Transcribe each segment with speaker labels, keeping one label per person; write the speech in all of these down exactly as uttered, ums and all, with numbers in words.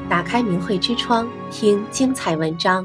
Speaker 1: 打开明慧之窗，听精彩文章。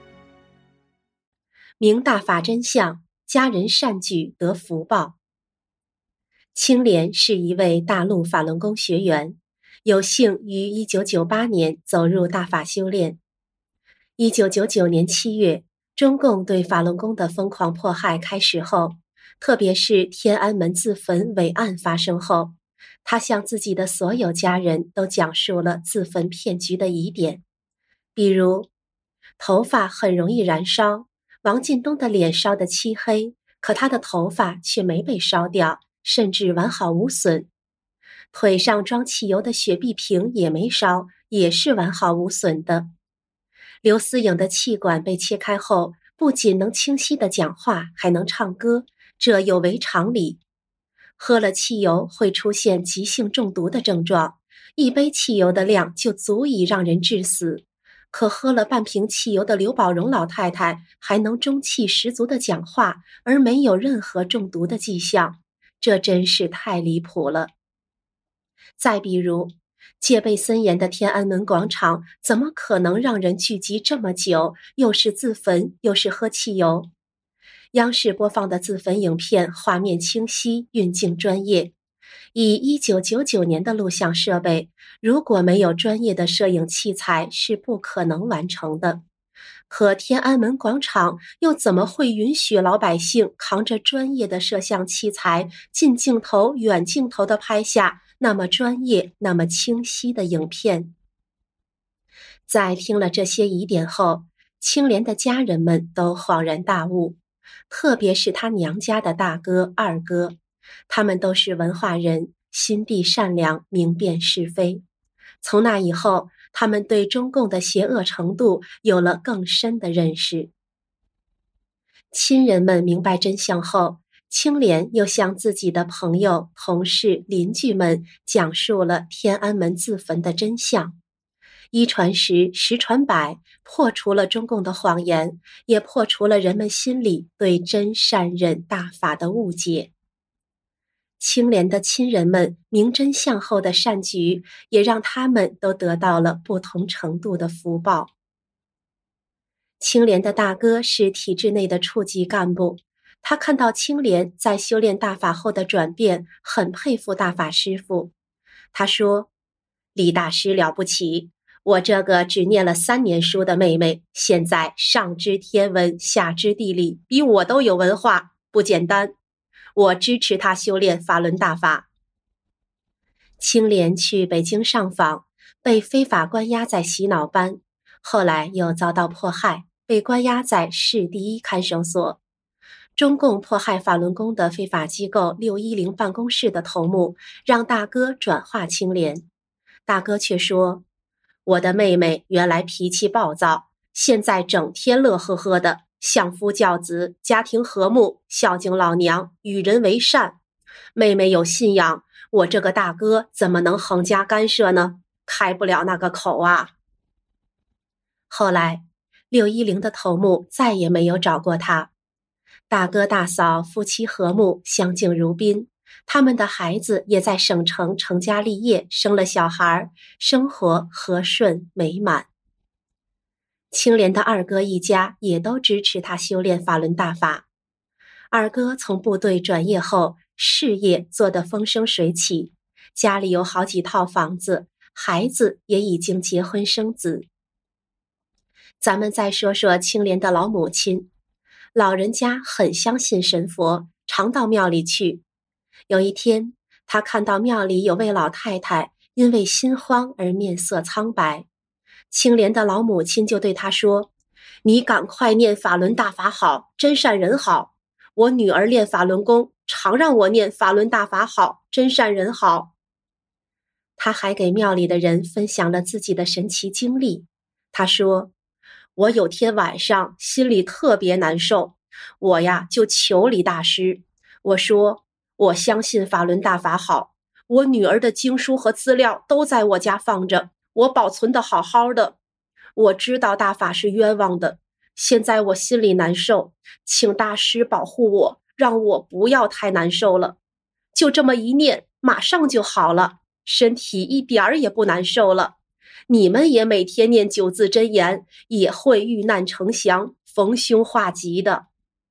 Speaker 1: 明大法真相，家人善举得福报。青莲是一位大陆法轮功学员，有幸于一九九八年走入大法修炼。一九九九年七月，中共对法轮功的疯狂迫害开始后，特别是天安门自焚伟案发生后，他向自己的所有家人都讲述了自焚骗局的疑点，比如头发很容易燃烧，王进东的脸烧得漆黑，可他的头发却没被烧掉，甚至完好无损。腿上装汽油的雪碧瓶也没烧，也是完好无损的。刘思颖的气管被切开后，不仅能清晰地讲话，还能唱歌，这有违常理。喝了汽油会出现急性中毒的症状，一杯汽油的量就足以让人致死。可喝了半瓶汽油的刘宝荣老太太还能中气十足地讲话，而没有任何中毒的迹象，这真是太离谱了。再比如，戒备森严的天安门广场怎么可能让人聚集这么久，又是自焚又是喝汽油？央视播放的自焚影片画面清晰，运镜专业。以一九九九年的录像设备，如果没有专业的摄影器材是不可能完成的。可天安门广场又怎么会允许老百姓扛着专业的摄像器材，近镜头、远镜头地拍下那么专业、那么清晰的影片？在听了这些疑点后，青莲的家人们都恍然大悟，特别是他娘家的大哥、二哥，他们都是文化人，心地善良，明辨是非。从那以后，他们对中共的邪恶程度有了更深的认识。亲人们明白真相后，青莲又向自己的朋友、同事、邻居们讲述了天安门自焚的真相。一传十，十传百，破除了中共的谎言，也破除了人们心里对真善忍大法的误解。青莲的亲人们明真相后的善举，也让他们都得到了不同程度的福报。青莲的大哥是体制内的处级干部，他看到青莲在修炼大法后的转变，很佩服大法师父。他说：“李大师了不起，我这个只念了三年书的妹妹，现在上知天文，下知地理，比我都有文化，不简单。我支持她修炼法轮大法。”青莲去北京上访，被非法关押在洗脑班，后来又遭到迫害，被关押在市第一看守所。中共迫害法轮功的非法机构六一零办公室的头目让大哥转化青莲，大哥却说：“我的妹妹原来脾气暴躁，现在整天乐呵呵的，相夫教子，家庭和睦，孝敬老娘，与人为善。妹妹有信仰，我这个大哥怎么能横加干涉呢？开不了那个口啊。”后来六一零的头目再也没有找过他。大哥大嫂夫妻和睦，相敬如宾，他们的孩子也在省城成家立业，生了小孩，生活和顺美满。青莲的二哥一家也都支持他修炼法轮大法。二哥从部队转业后，事业做得风生水起，家里有好几套房子，孩子也已经结婚生子。咱们再说说青莲的老母亲，老人家很相信神佛，常到庙里去。有一天，他看到庙里有位老太太因为心慌而面色苍白，青莲的老母亲就对他说：“你赶快念法轮大法好，真善人好。我女儿练法轮功，常让我念法轮大法好，真善人好。”他还给庙里的人分享了自己的神奇经历。他说：“我有天晚上心里特别难受，我呀就求李大师，我说我相信法轮大法好，我女儿的经书和资料都在我家放着，我保存的好好的。我知道大法是冤枉的，现在我心里难受，请大师保护我，让我不要太难受了。”就这么一念，马上就好了，身体一点儿也不难受了。 你们也每天念九字真言，也会遇难成祥，逢凶化吉的。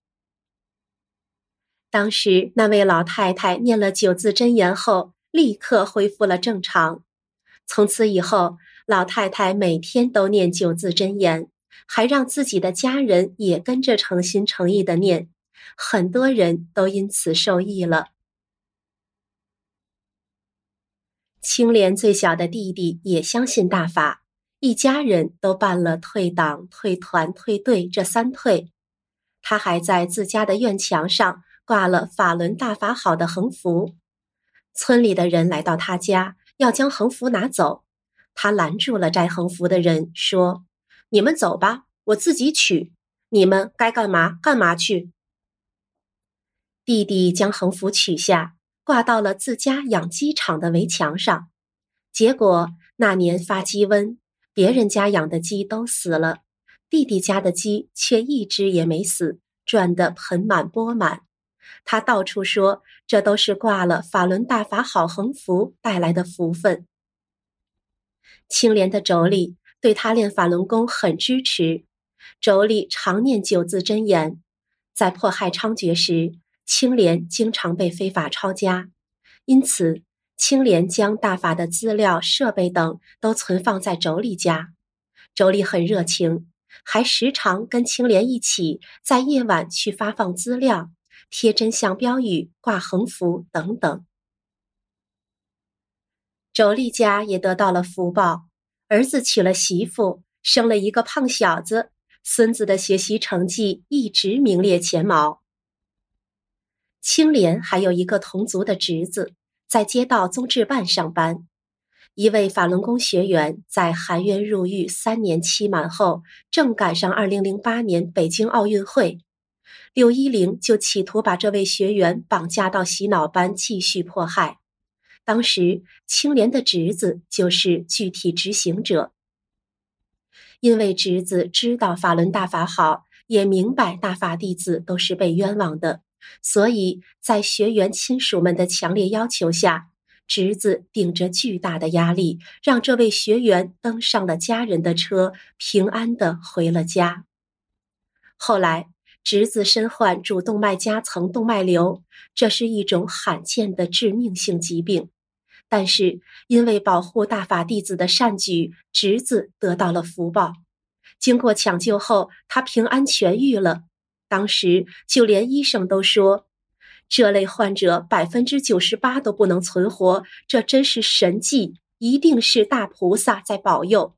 Speaker 1: 当时那位老太太念了九字真言后，立刻恢复了正常。从此以后，老太太每天都念九字真言，还让自己的家人也跟着诚心诚意地念，很多人都因此受益了。青莲最小的弟弟也相信大法，一家人都办了退党、退团、退队这三退。他还在自家的院墙上挂了法轮大法好的横幅。村里的人来到他家，要将横幅拿走，他拦住了摘横幅的人，说：“你们走吧，我自己取，你们该干嘛干嘛去。”弟弟将横幅取下，挂到了自家养鸡场的围墙上。结果那年发鸡瘟，别人家养的鸡都死了，弟弟家的鸡却一只也没死，赚得盆满钵满。他到处说，这都是挂了法轮大法好横幅带来的福分。青莲的妯娌对他练法轮功很支持，妯娌常念九字真言。在迫害猖獗时，青莲经常被非法抄家，因此青莲将大法的资料、设备等都存放在妯娌家。妯娌很热情，还时常跟青莲一起在夜晚去发放资料、贴真相标语、挂横幅等等。妯娌家也得到了福报，儿子娶了媳妇，生了一个胖小子，孙子的学习成绩一直名列前茅。青莲还有一个同族的侄子，在街道综治办上班。一位法轮功学员在含冤入狱三年期满后，正赶上二零零八年北京奥运会，六一零就企图把这位学员绑架到洗脑班继续迫害。当时青莲的侄子就是具体执行者。因为侄子知道法轮大法好，也明白大法弟子都是被冤枉的，所以在学员亲属们的强烈要求下，侄子顶着巨大的压力，让这位学员登上了家人的车，平安地回了家。后来侄子身患主动脉夹层动脉瘤，这是一种罕见的致命性疾病。但是因为保护大法弟子的善举，侄子得到了福报。经过抢救后，他平安痊愈了。当时就连医生都说，这类患者百分之九十八都不能存活，这真是神迹，一定是大菩萨在保佑。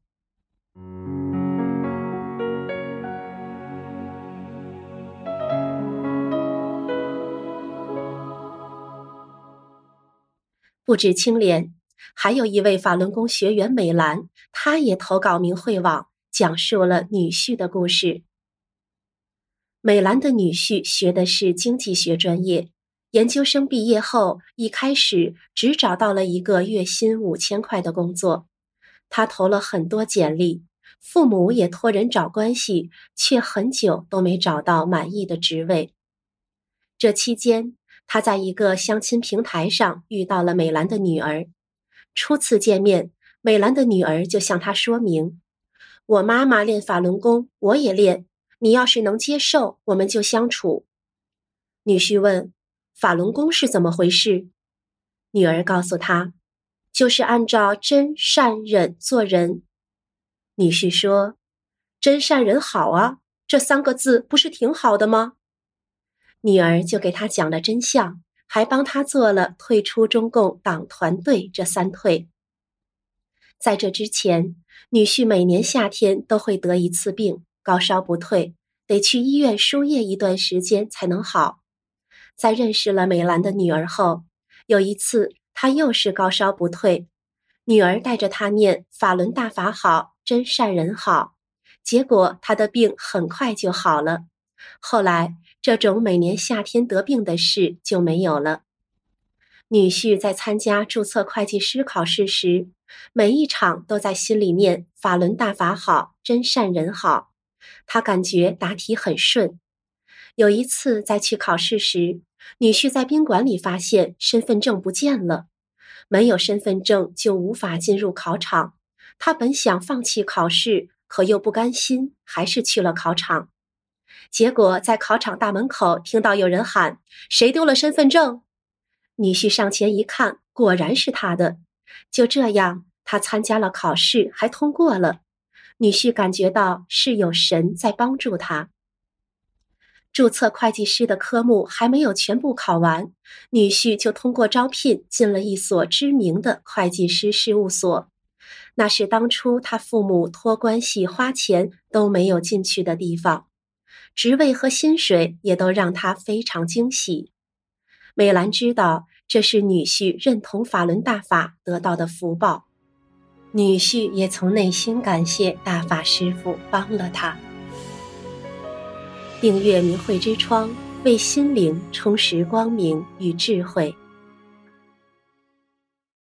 Speaker 1: 不止青莲，还有一位法轮功学员美兰，她也投稿明慧网，讲述了女婿的故事。美兰的女婿学的是经济学专业，研究生毕业后，一开始只找到了一个月薪五千块的工作。他投了很多简历，父母也托人找关系，却很久都没找到满意的职位。这期间，他在一个相亲平台上遇到了美兰的女儿。初次见面，美兰的女儿就向他说明，我妈妈练法轮功，我也练，你要是能接受，我们就相处。女婿问，法轮功是怎么回事？女儿告诉他，就是按照真善忍做人。女婿说，真善忍好啊，这三个字不是挺好的吗？女儿就给他讲了真相，还帮他做了退出中共党团队这三退。在这之前，女婿每年夏天都会得一次病，高烧不退，得去医院输液一段时间才能好。在认识了美兰的女儿后，有一次他又是高烧不退，女儿带着他念法轮大法好，真善人好，结果他的病很快就好了。后来这种每年夏天得病的事就没有了。女婿在参加注册会计师考试时，每一场都在心里念法轮大法好，真善人好，他感觉答题很顺。有一次在去考试时，女婿在宾馆里发现身份证不见了，没有身份证就无法进入考场， 他本想放弃考试，可又不甘心，还是去了考场。结果在考场大门口听到有人喊：谁丢了身份证？女婿上前一看，果然是他的。就这样，他参加了考试，还通过了。女婿感觉到是有神在帮助他。注册会计师的科目还没有全部考完，女婿就通过招聘进了一所知名的会计师事务所。那是当初他父母托关系花钱都没有进去的地方，职位和薪水也都让他非常惊喜。美兰知道这是女婿认同法轮大法得到的福报，女婿也从内心感谢大法师父帮了他。订阅明慧之窗，为心灵充实光明与智慧。